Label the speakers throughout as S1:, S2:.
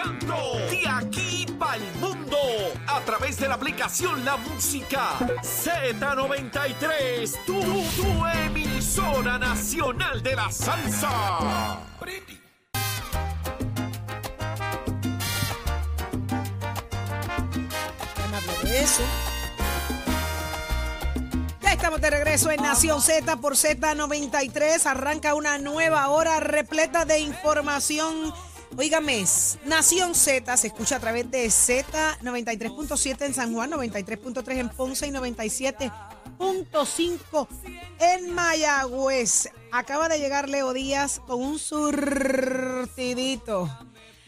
S1: Orlando, de aquí para el mundo, a través de la aplicación La Música Z93, tu emisora nacional de la salsa.
S2: Eso. Ya estamos de regreso en Nación Z por Z93. Arranca una nueva hora repleta de información. Óigame, Nación Z se escucha a través de Z93.7 en San Juan, 93.3 en Ponce y 97.5 en Mayagüez. Acaba de llegar Leo Díaz con un surtidito.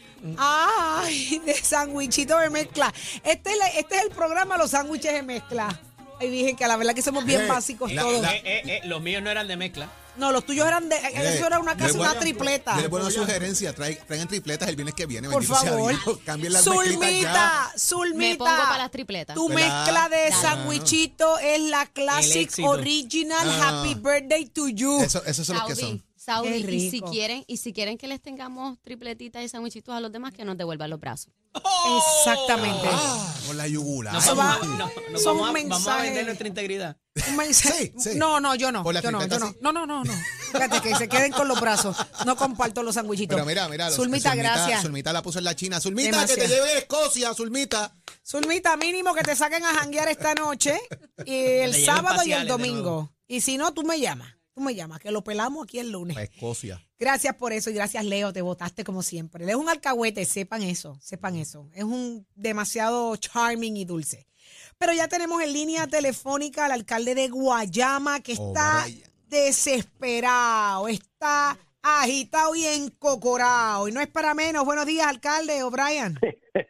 S2: Ay, de sándwichito de mezcla. Este es el programa Los Sándwiches de Mezcla. Ay, dije que la verdad que somos bien básicos todos.
S3: Los míos no eran de mezcla.
S2: No, los tuyos eran de... Eso era una tripleta.
S4: Yo le pongo una sugerencia. Traigan tripletas el viernes que viene.
S2: Por favor.
S4: Cambien las mezclitas ya.
S2: Zulmita.
S5: Me pongo para las tripletas.
S2: Tu mezcla de sándwichito es la Classic Original Happy Birthday to You.
S4: Esos son los que son.
S5: Saudi,
S2: Qué rico.
S5: y si quieren que les tengamos tripletitas y sándwichitos a los demás, que nos devuelvan los brazos.
S2: Exactamente.
S4: Con la yugular.
S2: Eso va- son
S3: Vamos a
S2: mensajes.
S3: vender nuestra integridad.
S2: Un mensaje-
S4: Sí.
S2: No, yo no.
S4: Por la
S2: Yo no.
S4: tripleta, sí.
S2: No. Fíjate que se queden con los brazos. No comparto los sándwichitos.
S4: Pero mira.
S2: Zulmita, gracias.
S4: Zulmita la puso en la China. Zulmita,
S2: Demasiado.
S4: que te lleve a Escocia, Zulmita.
S2: Zulmita, mínimo que te saquen a janguear esta noche, y el
S3: Te lleven
S2: sábado y el
S3: parciales de
S2: domingo.
S3: nuevo.
S2: Y si no, tú me llamas, que lo pelamos aquí el lunes.
S4: A Escocia.
S2: Gracias por eso y gracias, Leo, te votaste como siempre. Él es un alcahuete, sepan eso. Es un demasiado charming y dulce. Pero ya tenemos en línea telefónica al alcalde de Guayama, que está
S4: Brian.
S2: desesperado, está agitado y encocorado. Y no es para menos. Buenos días, alcalde O'Brien.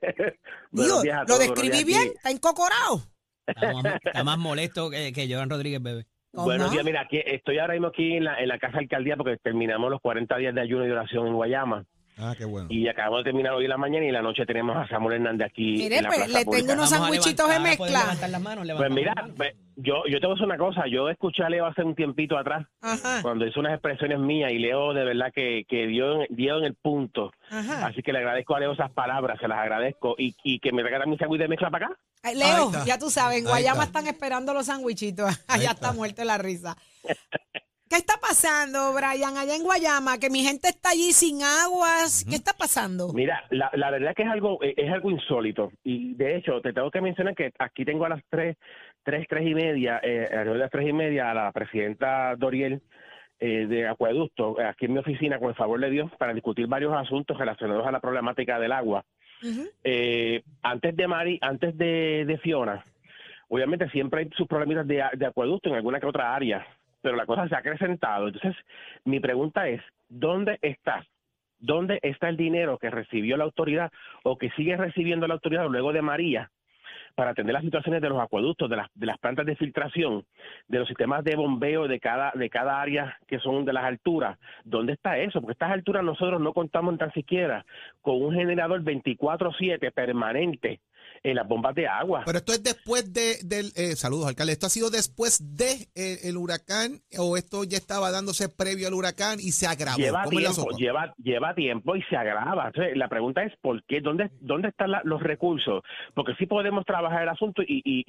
S2: Digo, lo describí bien, está encocorado.
S3: Está más molesto que Joan Rodríguez, bebé.
S6: Buenos días, mira, estoy ahora mismo aquí en la casa de alcaldía porque terminamos los 40 días de ayuno y oración en Guayama.
S4: Ah, qué bueno.
S6: Y acabamos de terminar hoy en la mañana y en la noche tenemos a Samuel Hernández aquí
S2: Mire,
S6: en la
S2: pues,
S6: plaza
S2: le
S6: pública.
S2: tengo unos sándwichitos de
S3: ¿Podemos
S2: mezcla.
S3: levantar las manos?
S6: Pues
S3: Levantamos
S6: mira,
S3: las manos.
S6: yo te voy a decir una cosa, yo escuché a Leo hace un tiempito atrás,
S2: Ajá,
S6: cuando hizo unas expresiones mías y Leo de verdad que dio en el punto.
S2: ajá.
S6: Así que le agradezco a Leo esas palabras, se las agradezco y que me regalan mi sándwich de mezcla para acá.
S2: Ay,
S4: Ahí
S2: Leo,
S4: está.
S2: ya tú sabes, en
S4: Ahí
S2: Guayama
S4: está.
S2: están esperando los sándwichitos.
S4: Ahí
S2: Allá
S4: está.
S2: está muerto de la risa. ¿Qué está pasando, Brian, allá en Guayama? Que mi gente está allí sin aguas. ¿Qué está pasando?
S6: Mira, la verdad que es algo insólito. Y de hecho, te tengo que mencionar que aquí tengo a las 3 y media, alrededor de las 3 y media, a la presidenta Doriel de Acueducto, aquí en mi oficina, con el favor de Dios, para discutir varios asuntos relacionados a la problemática del agua.
S2: Ujú.
S6: Antes de Fiona, obviamente siempre hay sus problemitas de acueducto en alguna que otra área, pero la cosa se ha acrecentado. Entonces, mi pregunta es, ¿dónde está? ¿Dónde está el dinero que recibió la autoridad o que sigue recibiendo la autoridad luego de María para atender las situaciones de los acueductos, de las plantas de filtración, de los sistemas de bombeo de cada área que son de las alturas? ¿Dónde está eso? Porque a estas alturas nosotros no contamos tan siquiera con un generador 24/7 permanente en las bombas de agua.
S4: Pero esto es después del... saludos, alcalde. ¿Esto ha sido después de el huracán o esto ya estaba dándose previo al huracán y se agravó?
S6: Lleva
S4: ¿Cómo es la
S6: tiempo,
S4: sopa?
S6: lleva tiempo y se agrava. Entonces, la pregunta es ¿por qué? ¿Dónde están los recursos? Porque sí podemos trabajar el asunto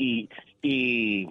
S6: y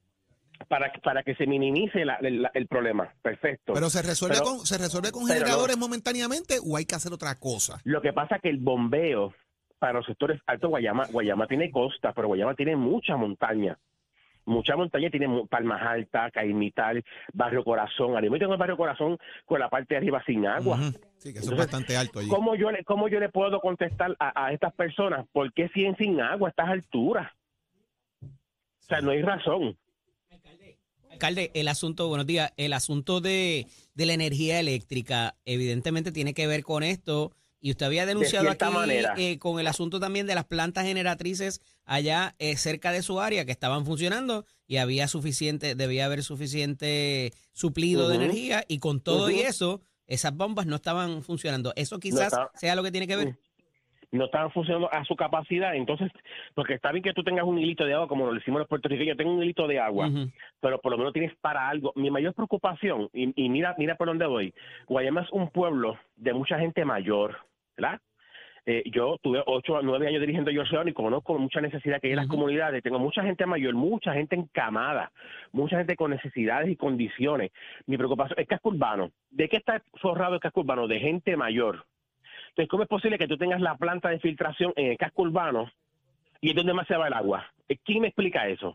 S6: para que se minimice el problema. Perfecto.
S4: ¿Pero se resuelve con generadores
S6: no.
S4: momentáneamente o hay que hacer otra cosa?
S6: Lo que pasa es que el bombeo para los sectores altos, Guayama tiene costa, pero Guayama tiene mucha montaña. Mucha montaña, tiene Palmas Altas, Caimital, Barrio Corazón. Ahora mismo tengo el Barrio Corazón con la parte de arriba sin agua.
S4: Ujú. Sí, que eso es
S6: Entonces,
S4: bastante alto allí.
S6: ¿Cómo yo le puedo contestar a estas personas? ¿Por qué siguen sin agua a estas alturas? O sea, no hay razón.
S3: Alcalde, buenos días, el asunto de la energía eléctrica evidentemente tiene que ver con esto y usted había denunciado
S6: De
S3: aquí
S6: cierta manera.
S3: con el asunto también de las plantas generatrices allá cerca de su área que estaban funcionando y debía haber suficiente suplido de
S6: Ujú.
S3: energía y con todo y
S6: Ujú.
S3: eso, esas bombas no estaban funcionando. Eso quizás sea lo que tiene que ver.
S6: No estaban funcionando a su capacidad. Entonces, porque está bien que tú tengas un hilito de agua, como lo decimos los puertorriqueños, tengo un hilito de agua,
S3: Ujú.
S6: pero por lo menos tienes para algo. Mi mayor preocupación, y mira por dónde voy, Guayama es un pueblo de mucha gente mayor, ¿verdad? Yo tuve 8 o 9 años dirigiendo Georgetown y conozco mucha necesidad que hay en las comunidades. Tengo mucha gente mayor, mucha gente encamada, mucha gente con necesidades y condiciones. Mi preocupación es casco urbano. ¿De qué está forrado el casco urbano? De gente mayor. Entonces, ¿cómo es posible que tú tengas la planta de filtración en el casco urbano y es donde más se va el agua? ¿Quién me explica eso?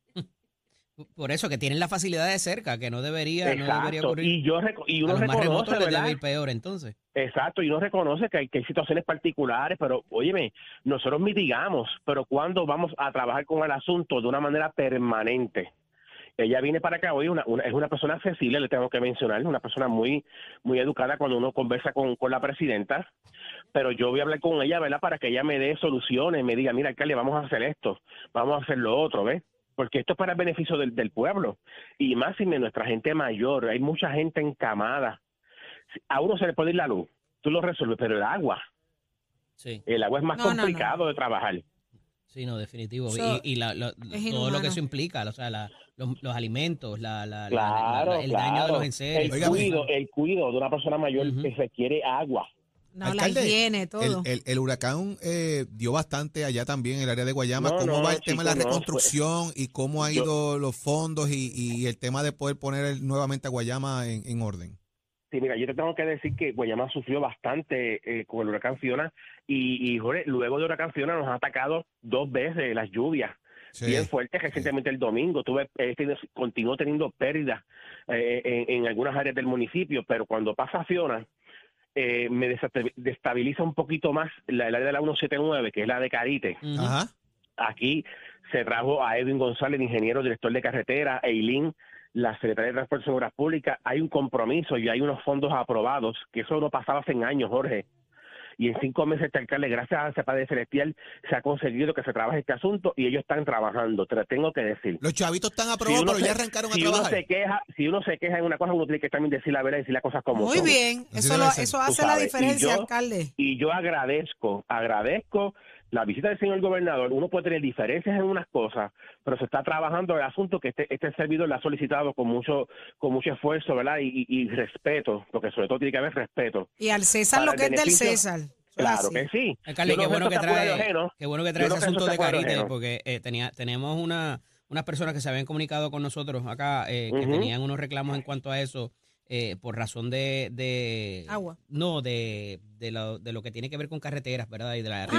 S3: Por eso, que tienen la facilidad de cerca, que no debería ocurrir.
S6: Y uno
S3: a los más remotos
S6: reconoce,
S3: les
S6: ¿verdad?
S3: debe ir peor, entonces.
S6: Exacto, y uno reconoce que hay situaciones particulares, pero óyeme, nosotros mitigamos, pero ¿cuándo vamos a trabajar con el asunto de una manera permanente? Ella viene para acá hoy, es una persona accesible, le tengo que mencionar, una persona muy muy educada cuando uno conversa con la presidenta, pero yo voy a hablar con ella, ¿verdad? Para que ella me dé soluciones, me diga, mira, alcalde, vamos a hacer esto, vamos a hacer lo otro, ¿ves? Porque esto es para el beneficio del pueblo, y más si nuestra gente mayor, hay mucha gente encamada. A uno se le puede ir la luz, tú lo resuelves, pero el agua es más complicado de trabajar.
S3: Sí, no, definitivo.
S2: So,
S3: y todo lo que eso implica, o sea, los alimentos, el daño de los enseres.
S6: El cuidado de una persona mayor que requiere agua.
S2: No,
S4: Alcalde,
S2: la higiene, todo.
S4: El huracán dio bastante allá también en el área de Guayama. ¿Cómo va el tema de la reconstrucción y cómo ha ido los fondos y el tema de poder poner nuevamente a Guayama en orden?
S6: Sí, mira, yo te tengo que decir que Guayama sufrió bastante con el huracán Fiona y Jorge, luego de huracán Fiona nos ha atacado 2 veces las lluvias. Sí, bien fuertes. Recientemente el domingo continuó teniendo pérdidas en algunas áreas del municipio, pero cuando pasa Fiona me destabiliza un poquito más el área de la 179, que es la de Carite.
S4: Ajá.
S6: Aquí se trajo a Edwin González, el ingeniero director de carretera, Eileen, la secretaria de Transporte y Obras Públicas. Hay un compromiso y hay unos fondos aprobados, que eso no pasaba hace años, Jorge. Y en 5 meses este alcalde, gracias a CEPADE Celestial, se ha conseguido que se trabaje este asunto y ellos están trabajando, te lo tengo que decir.
S4: Los chavitos están aprobados, pero ya arrancaron a trabajar.
S6: Si uno se queja en una cosa, uno tiene que también decir la verdad y decir las cosas como son.
S2: Muy bien, eso hace la diferencia, alcalde.
S6: Y yo agradezco la visita del señor gobernador. Uno puede tener diferencias en unas cosas, pero se está trabajando el asunto que este servidor le ha solicitado con mucho esfuerzo, ¿verdad? Y respeto, porque sobre todo tiene que haber respeto.
S2: Y al César lo que es del César.
S6: Claro que sí.
S3: Alcalde, qué bueno que trae ese asunto de Carite, porque tenemos unas personas que se habían comunicado con nosotros acá, que tenían unos reclamos en cuanto a eso. Por razón de
S2: agua.
S3: No, de lo que tiene que ver con carreteras, ¿verdad? Y de la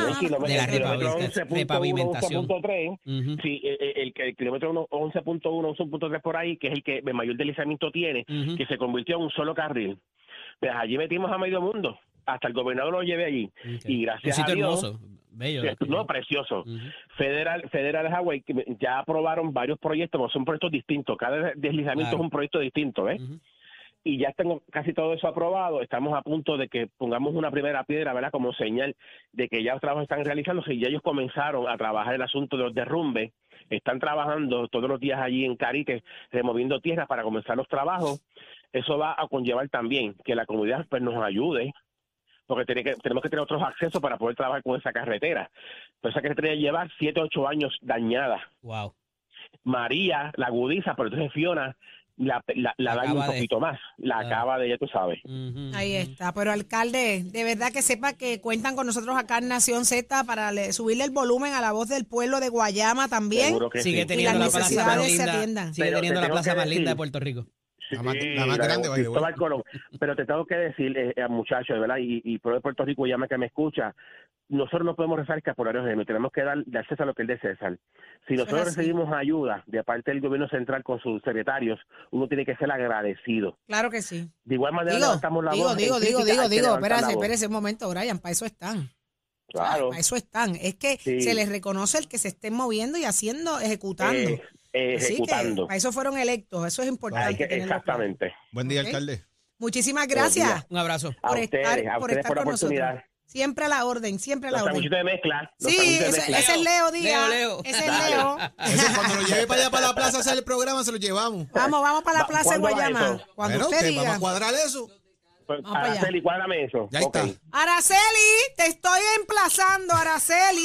S3: repavimentación.
S6: 11.3, sí, el kilómetro 11.1, 11.3 por ahí, que es el que el mayor deslizamiento tiene, que se convirtió en un solo carril. Pues allí metimos a medio mundo, hasta el gobernador lo llevé allí. Okay. Y gracias a Dios.
S3: Hermoso, bello.
S6: No, precioso. Federal Highway, ya aprobaron varios proyectos, son proyectos distintos. Cada deslizamiento es un proyecto distinto, ¿ves? Y ya tengo casi todo eso aprobado. Estamos a punto de que pongamos una primera piedra, ¿verdad? Como señal de que ya los trabajos están realizándose y ya ellos comenzaron a trabajar el asunto de los derrumbes. Están trabajando todos los días allí en Carite, removiendo tierra para comenzar los trabajos. Eso va a conllevar también que la comunidad pues, nos ayude, porque tenemos que tener otros accesos para poder trabajar con esa carretera. Pero esa carretera lleva 7 o 8 años dañada.
S3: Wow.
S6: María la agudiza, pero entonces Fiona la daña un poquito más, acaba de, ya tú sabes.
S2: Ahí está, pero alcalde, de verdad que sepa que cuentan con nosotros acá en Nación Z para subirle el volumen a la voz del pueblo de Guayama también.
S3: Sigue teniendo la plaza más linda, sigue teniendo la plaza más linda de Puerto Rico.
S4: La más grande,
S6: pero te tengo que decir, muchachos, ¿verdad? Y pueblo de Puerto Rico, llama que me escucha, nosotros no podemos rezar escapularios de tenemos que dar César lo que es de César. Si nosotros recibimos ayuda de parte del gobierno central con sus secretarios, uno tiene que ser agradecido.
S2: Claro que sí.
S6: De igual manera levantamos la voz.
S2: Espérese un momento, Brian, para eso están.
S6: Claro.
S2: Para eso están. Es que se les reconoce el que se estén moviendo y ejecutando.
S6: Ejecutando.
S2: Para eso fueron electos, eso es importante.
S6: Exactamente.
S4: Buen día, alcalde.
S2: Muchísimas gracias.
S3: Un abrazo.
S2: Por estar
S6: por
S2: con
S6: oportunidad.
S2: nosotros. Siempre a la orden, siempre a la orden.
S6: De mezcla.
S2: Sí, ese es Leo Díaz.
S3: Leo.
S2: Ese es Leo.
S4: Eso cuando lo lleve para allá, para la plaza, a hacer el programa, se lo llevamos.
S2: Vamos para la plaza de Guayama. Cuando usted diga.
S4: Vamos a cuadrar eso.
S6: Araceli, cuádrame eso.
S4: Ya está.
S2: Araceli, te estoy emplazando, Araceli.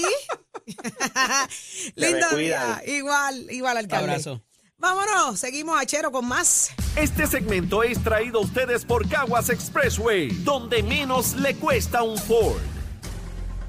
S2: Lindo día. Igual, alcalde.
S3: Un abrazo.
S2: Vámonos, seguimos a Chero con más.
S1: Este segmento es traído a ustedes por Caguas Expressway, donde menos le cuesta un Ford.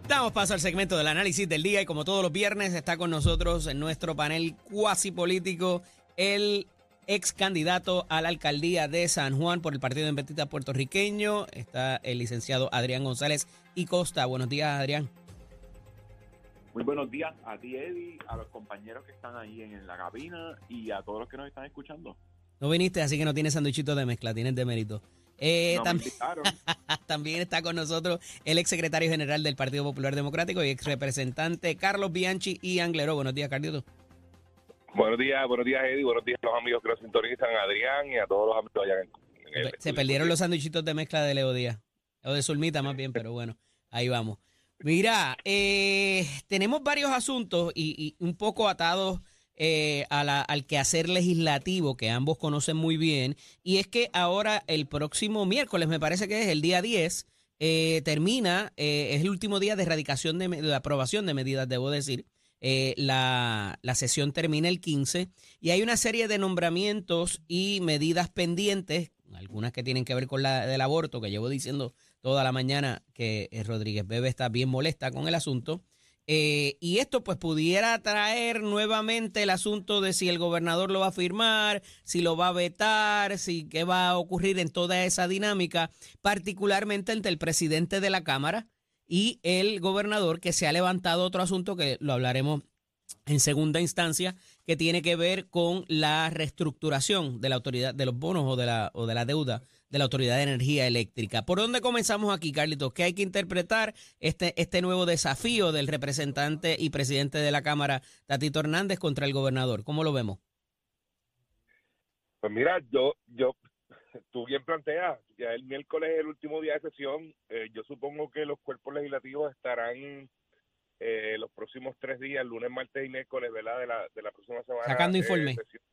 S3: Damos paso al segmento del análisis del día y como todos los viernes está con nosotros en nuestro panel cuasi político el ex candidato a la alcaldía de San Juan por el Partido Independentista Puertorriqueño. Está el licenciado Adrián González y Costa. Buenos días, Adrián.
S7: Muy buenos días a ti, Eddie, a los compañeros que están ahí en la cabina y a todos los que nos están escuchando.
S3: No viniste, así que no tienes sanduichitos de mezcla, tienes de mérito.
S7: También,
S3: también está con nosotros el ex secretario general del Partido Popular Democrático y ex representante Carlos Bianchi y Angleró. Buenos días, Carlito.
S8: Buenos días, Eddie. Buenos días a los amigos que nos sintonizan, a Adrián y a todos los amigos allá en el
S3: Se perdieron los sanduichitos de mezcla de Leo Díaz. O de Zulmita más bien, pero bueno, ahí vamos. Mira, tenemos varios asuntos y un poco atados al quehacer legislativo que ambos conocen muy bien, y es que ahora el próximo miércoles, me parece que es el día 10, termina, es el último día de erradicación de aprobación de medidas, debo decir. La sesión termina el 15 y hay una serie de nombramientos y medidas pendientes, algunas que tienen que ver con la del aborto, que llevo diciendo toda la mañana que Rodríguez Bebe está bien molesta con el asunto. Y esto pues pudiera traer nuevamente el asunto de si el gobernador lo va a firmar, si lo va a vetar, si qué va a ocurrir en toda esa dinámica, particularmente entre el presidente de la Cámara y el gobernador, que se ha levantado otro asunto que lo hablaremos en segunda instancia, que tiene que ver con la reestructuración de la autoridad de los bonos o de la deuda de la Autoridad de Energía Eléctrica. ¿Por dónde comenzamos aquí, Carlitos? ¿Qué hay que interpretar este nuevo desafío del representante y presidente de la Cámara, Tatito Hernández, contra el gobernador? ¿Cómo lo vemos?
S8: Pues mira, tú bien planteas, ya el miércoles es el último día de sesión. Yo supongo que los cuerpos legislativos estarán los próximos 3 días, lunes, martes y miércoles, ¿verdad? De la próxima semana.
S3: Sacando informe.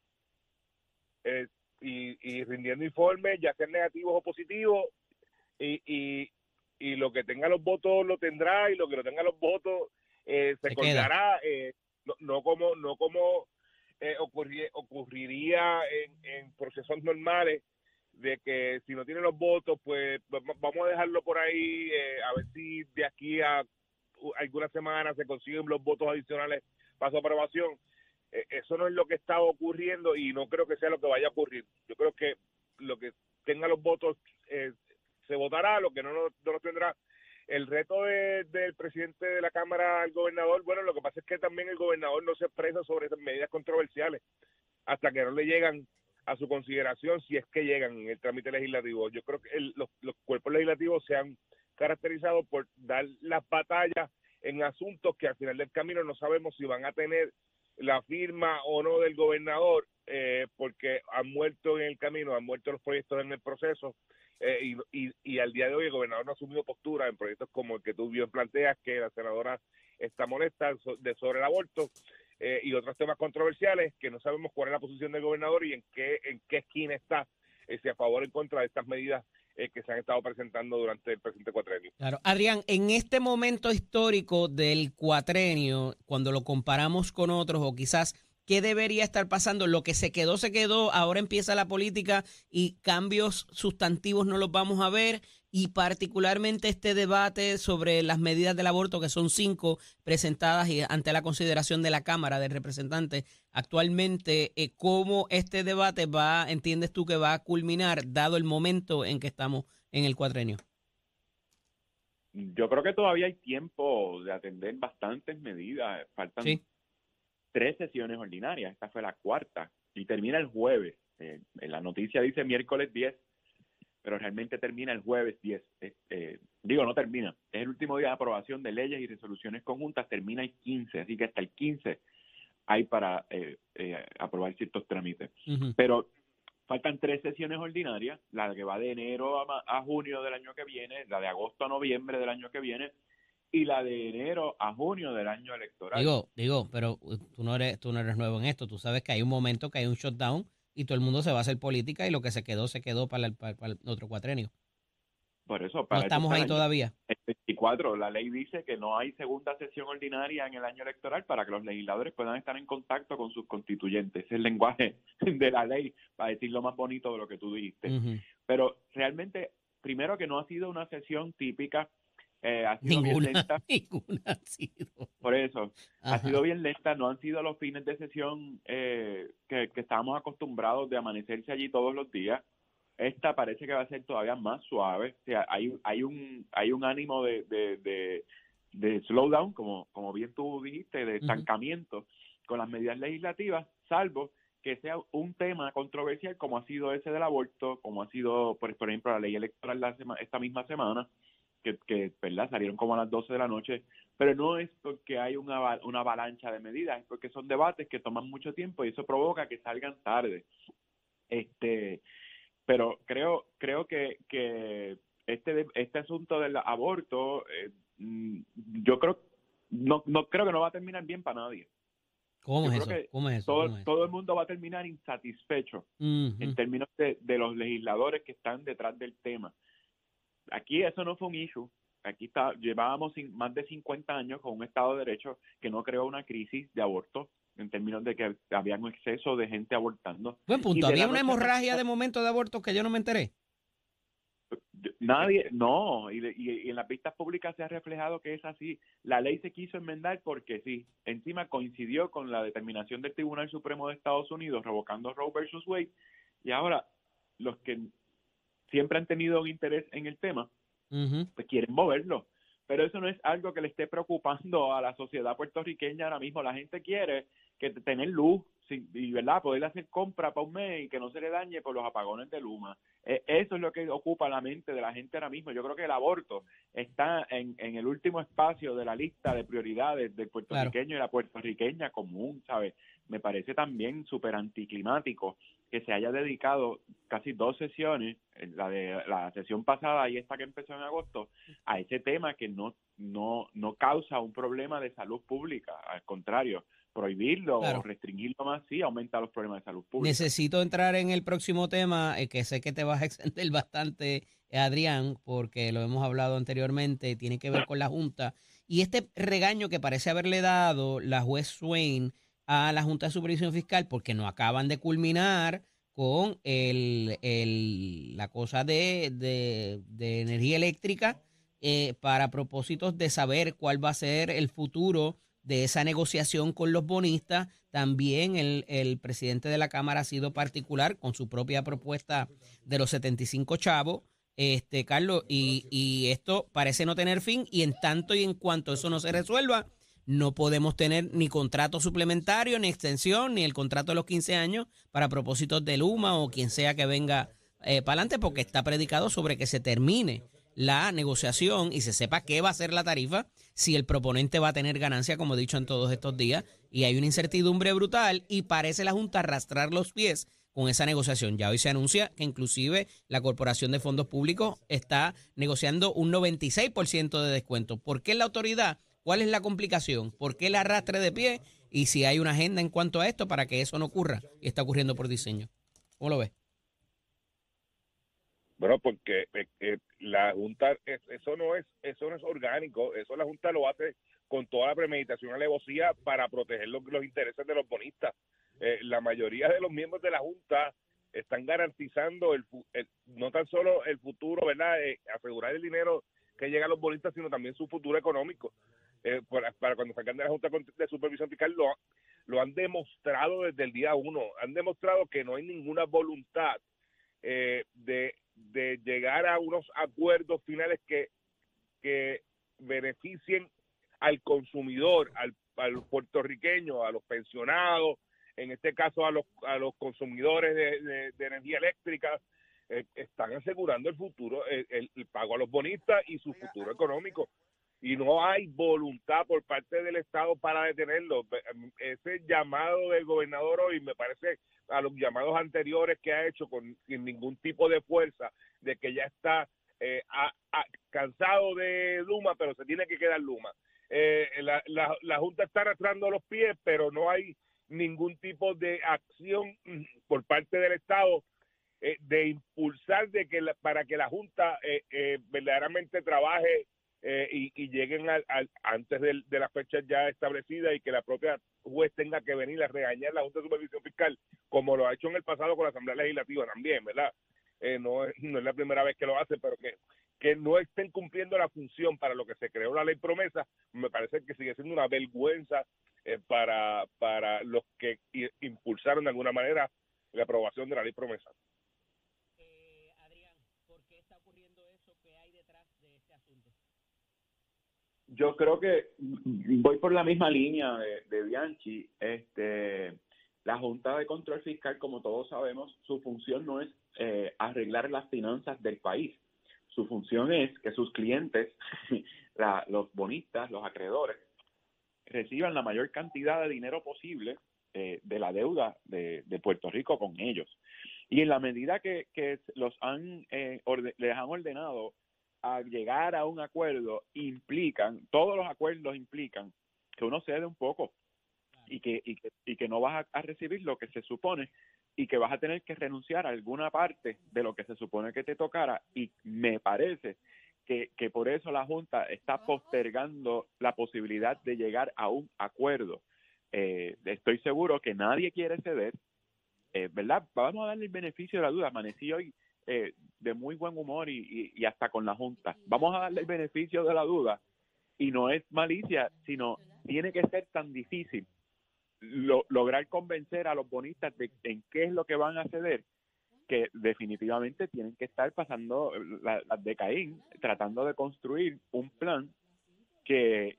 S8: Y rindiendo informes, ya sean negativos o positivos, y lo que tenga los votos lo tendrá, y lo que no tenga los votos se colgará, no como ocurriría en procesos normales, de que si no tiene los votos, pues vamos a dejarlo por ahí, a ver si de aquí a algunas semanas se consiguen los votos adicionales para su aprobación. Eso no es lo que está ocurriendo y no creo que sea lo que vaya a ocurrir. Yo creo que lo que tenga los votos se votará, lo que no lo tendrá. El reto del presidente de la Cámara al gobernador, bueno, lo que pasa es que también el gobernador no se expresa sobre esas medidas controversiales hasta que no le llegan a su consideración, si es que llegan en el trámite legislativo. Yo creo que los cuerpos legislativos se han caracterizado por dar las batallas en asuntos que al final del camino no sabemos si van a tener la firma o no del gobernador, porque han muerto en el camino, han muerto los proyectos en el proceso, y al día de hoy el gobernador no ha asumido postura en proyectos como el que tú bien planteas, que la senadora está molesta sobre el aborto, y otros temas controversiales que no sabemos cuál es la posición del gobernador y en qué esquina está, si a favor o en contra de estas medidas que se han estado presentando durante el presente cuatrenio.
S3: Claro. Adrián, en este momento histórico del cuatrenio, cuando lo comparamos con otros, o quizás, ¿qué debería estar pasando? Lo que se quedó, ahora empieza la política y cambios sustantivos no los vamos a ver, y particularmente este debate sobre las medidas del aborto, que son 5 presentadas y ante la consideración de la Cámara de Representantes actualmente, ¿cómo este debate entiendes tú que va a culminar, dado el momento en que estamos en el cuatrenio?
S7: Yo creo que todavía hay tiempo de atender bastantes medidas. Faltan 3 sesiones ordinarias. Esta fue la 4ª y termina el jueves. La noticia dice miércoles 10, pero realmente termina el jueves 10. No termina. Es el último día de aprobación de leyes y resoluciones conjuntas. Termina el 15, así que hasta el 15 hay para aprobar ciertos trámites. Uh-huh. Pero faltan 3 sesiones ordinarias, la que va de enero a junio del año que viene, la de agosto a noviembre del año que viene, y la de enero a junio del año electoral.
S3: Digo, pero tú no eres nuevo en esto. Tú sabes que hay un momento que hay un shutdown y todo el mundo se va a hacer política y lo que se quedó para el otro cuatrenio.
S7: Por eso,
S3: no estamos ahí todavía.
S7: El 24, la ley dice que no hay segunda sesión ordinaria en el año electoral para que los legisladores puedan estar en contacto con sus constituyentes. Es el lenguaje de la ley, para decir lo más bonito de lo que tú dijiste. Uh-huh. Pero realmente, primero, que no ha sido una sesión típica. Ha sido bien lenta.
S3: Ninguna ha sido.
S7: Por eso,
S3: Ajá.
S7: ha sido bien lenta, no han sido los fines de sesión que estábamos acostumbrados de amanecerse allí todos los días. Esta parece que va a ser todavía más suave. O sea, hay un ánimo de slowdown, como bien tú dijiste, de estancamiento con las medidas legislativas, salvo que sea un tema controversial como ha sido ese del aborto, como ha sido, por ejemplo, la ley electoral esta misma semana, que ¿verdad? Salieron como a las 12 de la noche, pero no es porque hay una avalancha de medidas, es porque son debates que toman mucho tiempo y eso provoca que salgan tarde. Pero creo que este asunto del aborto, yo creo no creo que no va a terminar bien para nadie.
S3: ¿Cómo es eso?
S7: Todo el mundo va a terminar insatisfecho en términos de los legisladores que están detrás del tema. Aquí eso no fue un issue. Aquí llevábamos más de 50 años con un Estado de Derecho que no creó una crisis de aborto en términos de que había un exceso de gente abortando.
S3: Buen punto. ¿Había una hemorragia de momento de abortos que yo no me enteré?
S7: Nadie, no, y en las vistas públicas se ha reflejado que es así. La ley se quiso enmendar porque sí, encima coincidió con la determinación del Tribunal Supremo de Estados Unidos revocando Roe versus Wade, y ahora los que siempre han tenido un interés en el tema, pues quieren moverlo. Pero eso no es algo que le esté preocupando a la sociedad puertorriqueña ahora mismo. La gente quiere tener luz y ¿verdad? Poder hacer compra para un mes y que no se le dañe por los apagones de Luma. Eso es lo que ocupa la mente de la gente ahora mismo. Yo creo que el aborto está en el último espacio de la lista de prioridades del puertorriqueño y la puertorriqueña común, ¿sabes? Me parece también súper anticlimático que se haya dedicado casi 2 sesiones, la de la sesión pasada y esta que empezó en agosto, a ese tema que no causa un problema de salud pública. Al contrario, prohibirlo o restringirlo más sí aumenta los problemas de salud pública.
S3: Necesito entrar en el próximo tema, que sé que te vas a extender bastante, Adrián, porque lo hemos hablado anteriormente, tiene que ver con la Junta y este regaño que parece haberle dado la juez Swain a la Junta de Supervisión Fiscal porque no acaban de culminar con la cosa de energía eléctrica para propósitos de saber cuál va a ser el futuro de esa negociación con los bonistas. También el presidente de la Cámara ha sido particular con su propia propuesta de los 75 chavos, Carlos, y esto parece no tener fin, y en tanto y en cuanto eso no se resuelva, no podemos tener ni contrato suplementario, ni extensión, ni el contrato de los 15 años para propósitos de Luma o quien sea que venga para adelante, porque está predicado sobre que se termine la negociación y se sepa qué va a ser la tarifa, si el proponente va a tener ganancia, como he dicho en todos estos días, y hay una incertidumbre brutal y parece la Junta arrastrar los pies con esa negociación. Ya hoy se anuncia que inclusive la Corporación de Fondos Públicos está negociando un 96% de descuento. ¿Por qué la autoridad? ¿Cuál es la complicación? ¿Por qué el arrastre de pie? Y si hay una agenda en cuanto a esto para que eso no ocurra, y está ocurriendo por diseño. ¿Cómo lo ves?
S8: Bueno, porque la Junta, eso no es orgánico, eso la Junta lo hace con toda la premeditación y alevosía para proteger los intereses de los bonistas. La mayoría de los miembros de la Junta están garantizando no tan solo el futuro, ¿verdad? Asegurar el dinero que llega a los bonistas, sino también su futuro económico. Para cuando salgan de la Junta de Supervisión Fiscal lo han demostrado desde el día 1. Han demostrado que no hay ninguna voluntad de llegar a unos acuerdos finales que beneficien al consumidor, al puertorriqueyo, a los pensionados, en este caso a los consumidores de energía eléctrica. Están asegurando el futuro, el pago a los bonistas y su futuro económico. Y no hay voluntad por parte del Estado para detenerlo. Ese llamado del gobernador hoy me parece a los llamados anteriores que ha hecho sin ningún tipo de fuerza, de que ya está cansado de Luma, pero se tiene que quedar Luma. La Junta está arrastrando los pies, pero no hay ningún tipo de acción por parte del Estado de impulsar para que la Junta verdaderamente trabaje y lleguen antes de las fechas ya establecidas, y que la propia juez tenga que venir a regañar la Junta de Supervisión Fiscal, como lo ha hecho en el pasado con la Asamblea Legislativa también, ¿verdad? No es la primera vez que lo hace, pero que que no estén cumpliendo la función para lo que se creó la ley promesa, me parece que sigue siendo una vergüenza para los que impulsaron de alguna manera la aprobación de la ley promesa.
S3: Adrián, ¿por qué está ocurriendo eso? ¿Qué hay detrás de este asunto?
S7: Yo creo que voy por la misma línea de Bianchi. La Junta de Control Fiscal, como todos sabemos, su función no es arreglar las finanzas del país. Su función es que sus clientes, los bonistas, los acreedores, reciban la mayor cantidad de dinero posible de la deuda de Puerto Rico con ellos. Y en la medida que les han ordenado a llegar a un acuerdo, todos los acuerdos implican que uno cede un poco y que no vas a recibir lo que se supone y que vas a tener que renunciar a alguna parte de lo que se supone que te tocara, y me parece que por eso la Junta está postergando la posibilidad de llegar a un acuerdo. Estoy seguro que nadie quiere ceder, ¿verdad? Vamos a darle el beneficio de la duda. Amanecí hoy de muy buen humor y hasta con la Junta. Vamos a darle el beneficio de la duda, y no es malicia, sino tiene que ser tan difícil lograr convencer a los bonistas en qué es lo que van a ceder, que definitivamente tienen que estar pasando las de Caín, tratando de construir un plan que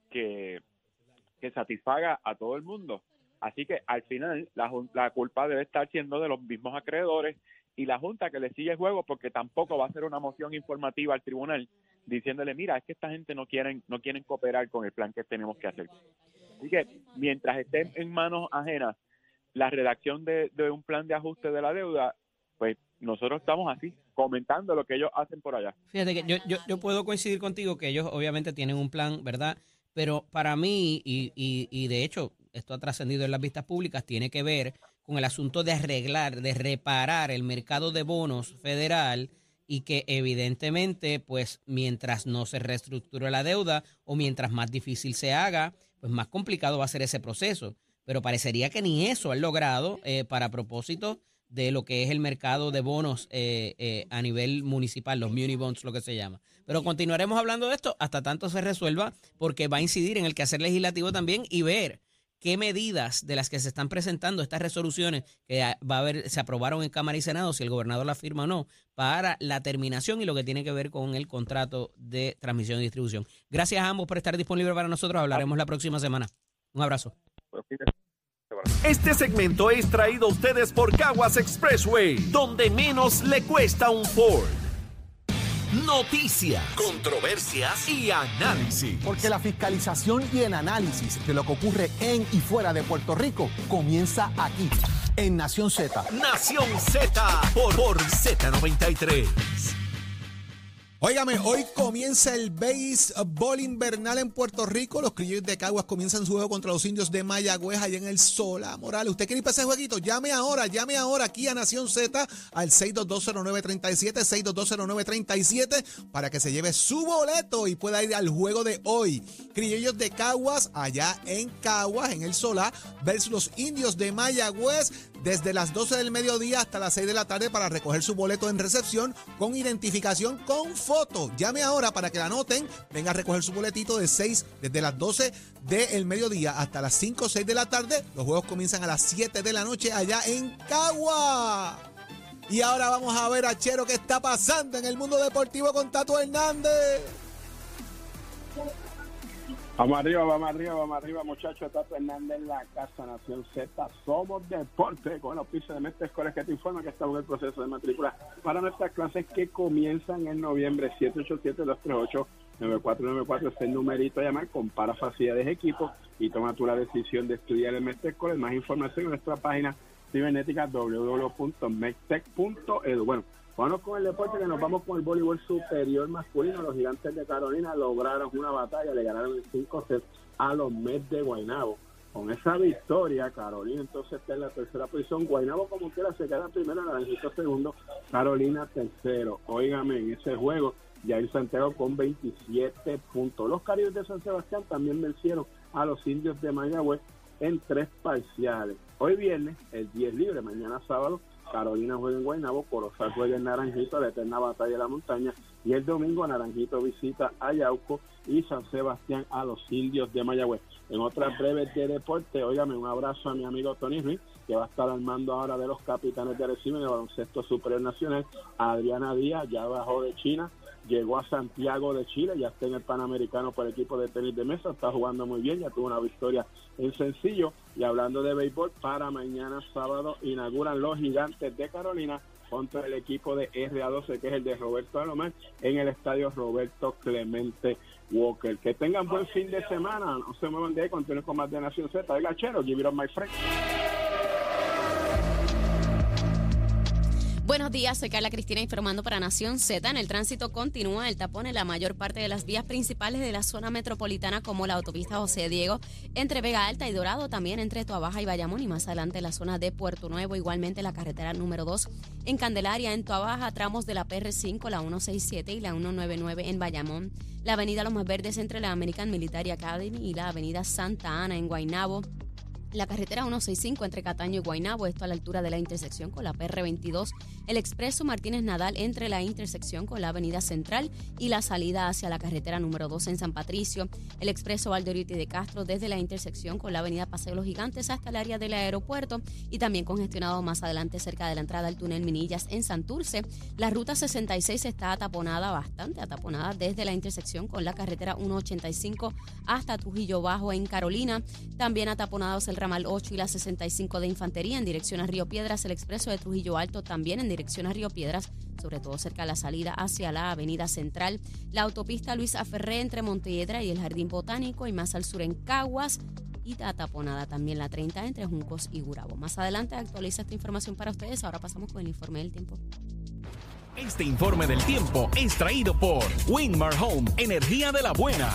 S7: satisfaga a todo el mundo. Así que al final la culpa debe estar siendo de los mismos acreedores y la Junta, que le sigue el juego, porque tampoco va a hacer una moción informativa al tribunal diciéndole, mira, es que esta gente no quieren cooperar con el plan que tenemos que hacer. Así que mientras esté en manos ajenas la redacción de un plan de ajuste de la deuda, pues nosotros estamos así, comentando lo que ellos hacen por allá.
S3: Fíjate que yo puedo coincidir contigo que ellos obviamente tienen un plan, ¿verdad? Pero para mí, y de hecho esto ha trascendido en las vistas públicas, tiene que ver con el asunto de reparar el mercado de bonos federal, y que evidentemente, pues mientras no se reestructure la deuda o mientras más difícil se haga, pues más complicado va a ser ese proceso. Pero parecería que ni eso han logrado para propósito de lo que es el mercado de bonos a nivel municipal, los muni bonds, lo que se llama. Pero continuaremos hablando de esto hasta tanto se resuelva, porque va a incidir en el quehacer legislativo también, y ver qué medidas de las que se están presentando, estas resoluciones que se aprobaron en Cámara y Senado, si el gobernador la firma o no, para la terminación y lo que tiene que ver con el contrato de transmisión y distribución. Gracias a ambos por estar disponibles para nosotros. Hablaremos la próxima semana. Un abrazo.
S1: Este segmento es traído a ustedes por Caguas Expressway, donde menos le cuesta un Ford. Noticias, controversias y análisis.
S9: Porque la fiscalización y el análisis de lo que ocurre en y fuera de Puerto Rico comienza aquí, en Nación Z.
S1: Nación Z por Z93.
S4: Óigame, hoy comienza el béisbol invernal en Puerto Rico. Los Criollos de Caguas comienzan su juego contra los Indios de Mayagüez allá en el Solá Morales. ¿Usted quiere ir para ese jueguito? Llame ahora aquí a Nación Z al 6220937, 6220937, para que se lleve su boleto y pueda ir al juego de hoy. Criollos de Caguas allá en Caguas, en el Solá, versus los Indios de Mayagüez, desde las 12 del mediodía hasta las 6 de la tarde, para recoger su boleto en recepción con identificación con foto. Llame ahora para que la anoten. Venga a recoger su boletito desde las 12 del mediodía hasta las 5 o 6 de la tarde. Los juegos comienzan a las 7 de la noche allá en Cagua. Y ahora vamos a ver a Chero qué está pasando en el mundo deportivo con Tato Hernández.
S10: Vamos arriba, muchachos. Tato Hernández en la casa, Nación Z. Somos deporte, con el auspicio de Mestre Escoles, que te informa que estamos en el proceso de matrícula para nuestras clases que comienzan en noviembre. 787-238-9494 es el numerito a llamar. Compara facilidades de equipo y toma tú la decisión de estudiar en Mestre Escoles. Más información en nuestra página cibernética www.mestec.edu. Bueno, vamos con el deporte, que nos vamos con el voleibol superior masculino. Los Gigantes de Carolina lograron una batalla, le ganaron en 5 sets a los Mets de Guaynabo. Con esa victoria, Carolina entonces está en la tercera posición. Guaynabo, como quiera, se queda primero, Naranjito segundo, Carolina tercero. Óigame, en ese juego, Jair Santiago con 27 puntos. Los Caribes de San Sebastián también vencieron a los Indios de Mayagüez en 3 parciales. Hoy viernes, el 10 libre, mañana sábado, Carolina juega en Guaynabo, Corozal juega en Naranjito, la eterna batalla de la montaña, y el domingo Naranjito visita a Yauco y San Sebastián a los Indios de Mayagüez. En otras breves de deporte, óigame, un abrazo a mi amigo Tony Ruiz, que va a estar al mando ahora de los Capitanes de Arecibo en el baloncesto superior nacional. Adriana Díaz ya bajó de China, llegó a Santiago de Chile, ya está en el Panamericano por el equipo de tenis de mesa, está jugando muy bien, ya tuvo una victoria en sencillo. Y hablando de béisbol, para mañana sábado inauguran los Gigantes de Carolina contra el equipo de RA12, que es el de Roberto Alomar, en el estadio Roberto Clemente Walker. Que tengan buen fin de semana, no se muevan de ahí, continúen con más de Nación Z. El Gachero, give it up, my friend.
S5: Buenos días, soy Carla Cristina informando para Nación Z. En el tránsito continúa el tapón en la mayor parte de las vías principales de la zona metropolitana, como la autopista José Diego, entre Vega Alta y Dorado, también entre Toabaja y Bayamón, y más adelante la zona de Puerto Nuevo, igualmente la carretera número 2 en Candelaria, en Toabaja, tramos de la PR5, la 167 y la 199 en Bayamón, la avenida Los Más Verdes entre la American Military Academy y la avenida Santa Ana en Guaynabo, la carretera 165 entre Cataño y Guaynabo, esto a la altura de la intersección con la PR22, el expreso Martínez Nadal entre la intersección con la avenida Central y la salida hacia la carretera número 2 en San Patricio, el expreso Valdoriotti de Castro desde la intersección con la avenida Paseo Los Gigantes hasta el área del aeropuerto, y también congestionado más adelante cerca de la entrada al túnel Minillas en Santurce. La ruta 66 está ataponada, bastante ataponada, desde la intersección con la carretera 185 hasta Trujillo Bajo en Carolina, también ataponados el ramal 8 y la 65 de Infantería en dirección a Río Piedras, el expreso de Trujillo Alto también en dirección a Río Piedras, sobre todo cerca de la salida hacia la avenida Central, la autopista Luis Aferré entre Montelledra y el Jardín Botánico, y más al sur en Caguas, y ataponada también la 30 entre Juncos y Gurabo. Más adelante actualiza esta información para ustedes. Ahora pasamos con el informe del tiempo.
S1: Este informe del tiempo es traído por Winmar Home, energía de la buena.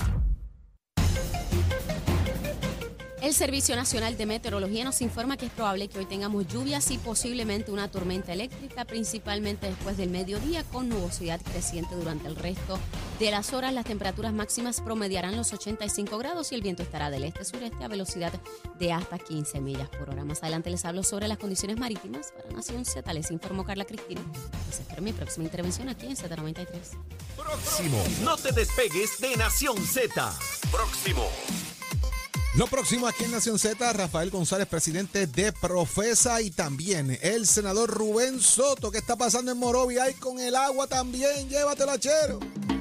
S5: El Servicio Nacional de Meteorología nos informa que es probable que hoy tengamos lluvias y posiblemente una tormenta eléctrica, principalmente después del mediodía, con nubosidad creciente durante el resto de las horas. Las temperaturas máximas promediarán los 85 grados y el viento estará del este-sureste a velocidad de hasta 15 millas por hora. Más adelante les hablo sobre las condiciones marítimas. Para Nación Z les informó Carla Cristina. Les espero mi próxima intervención aquí en Z93.
S1: Próximo. No te despegues de Nación Z. Próximo.
S4: Lo próximo aquí en Nación Z, Rafael González, presidente de Profesa, y también el senador Rubén Soto. ¿Qué está pasando en Morovi? Ahí con el agua también, llévatela, Chero.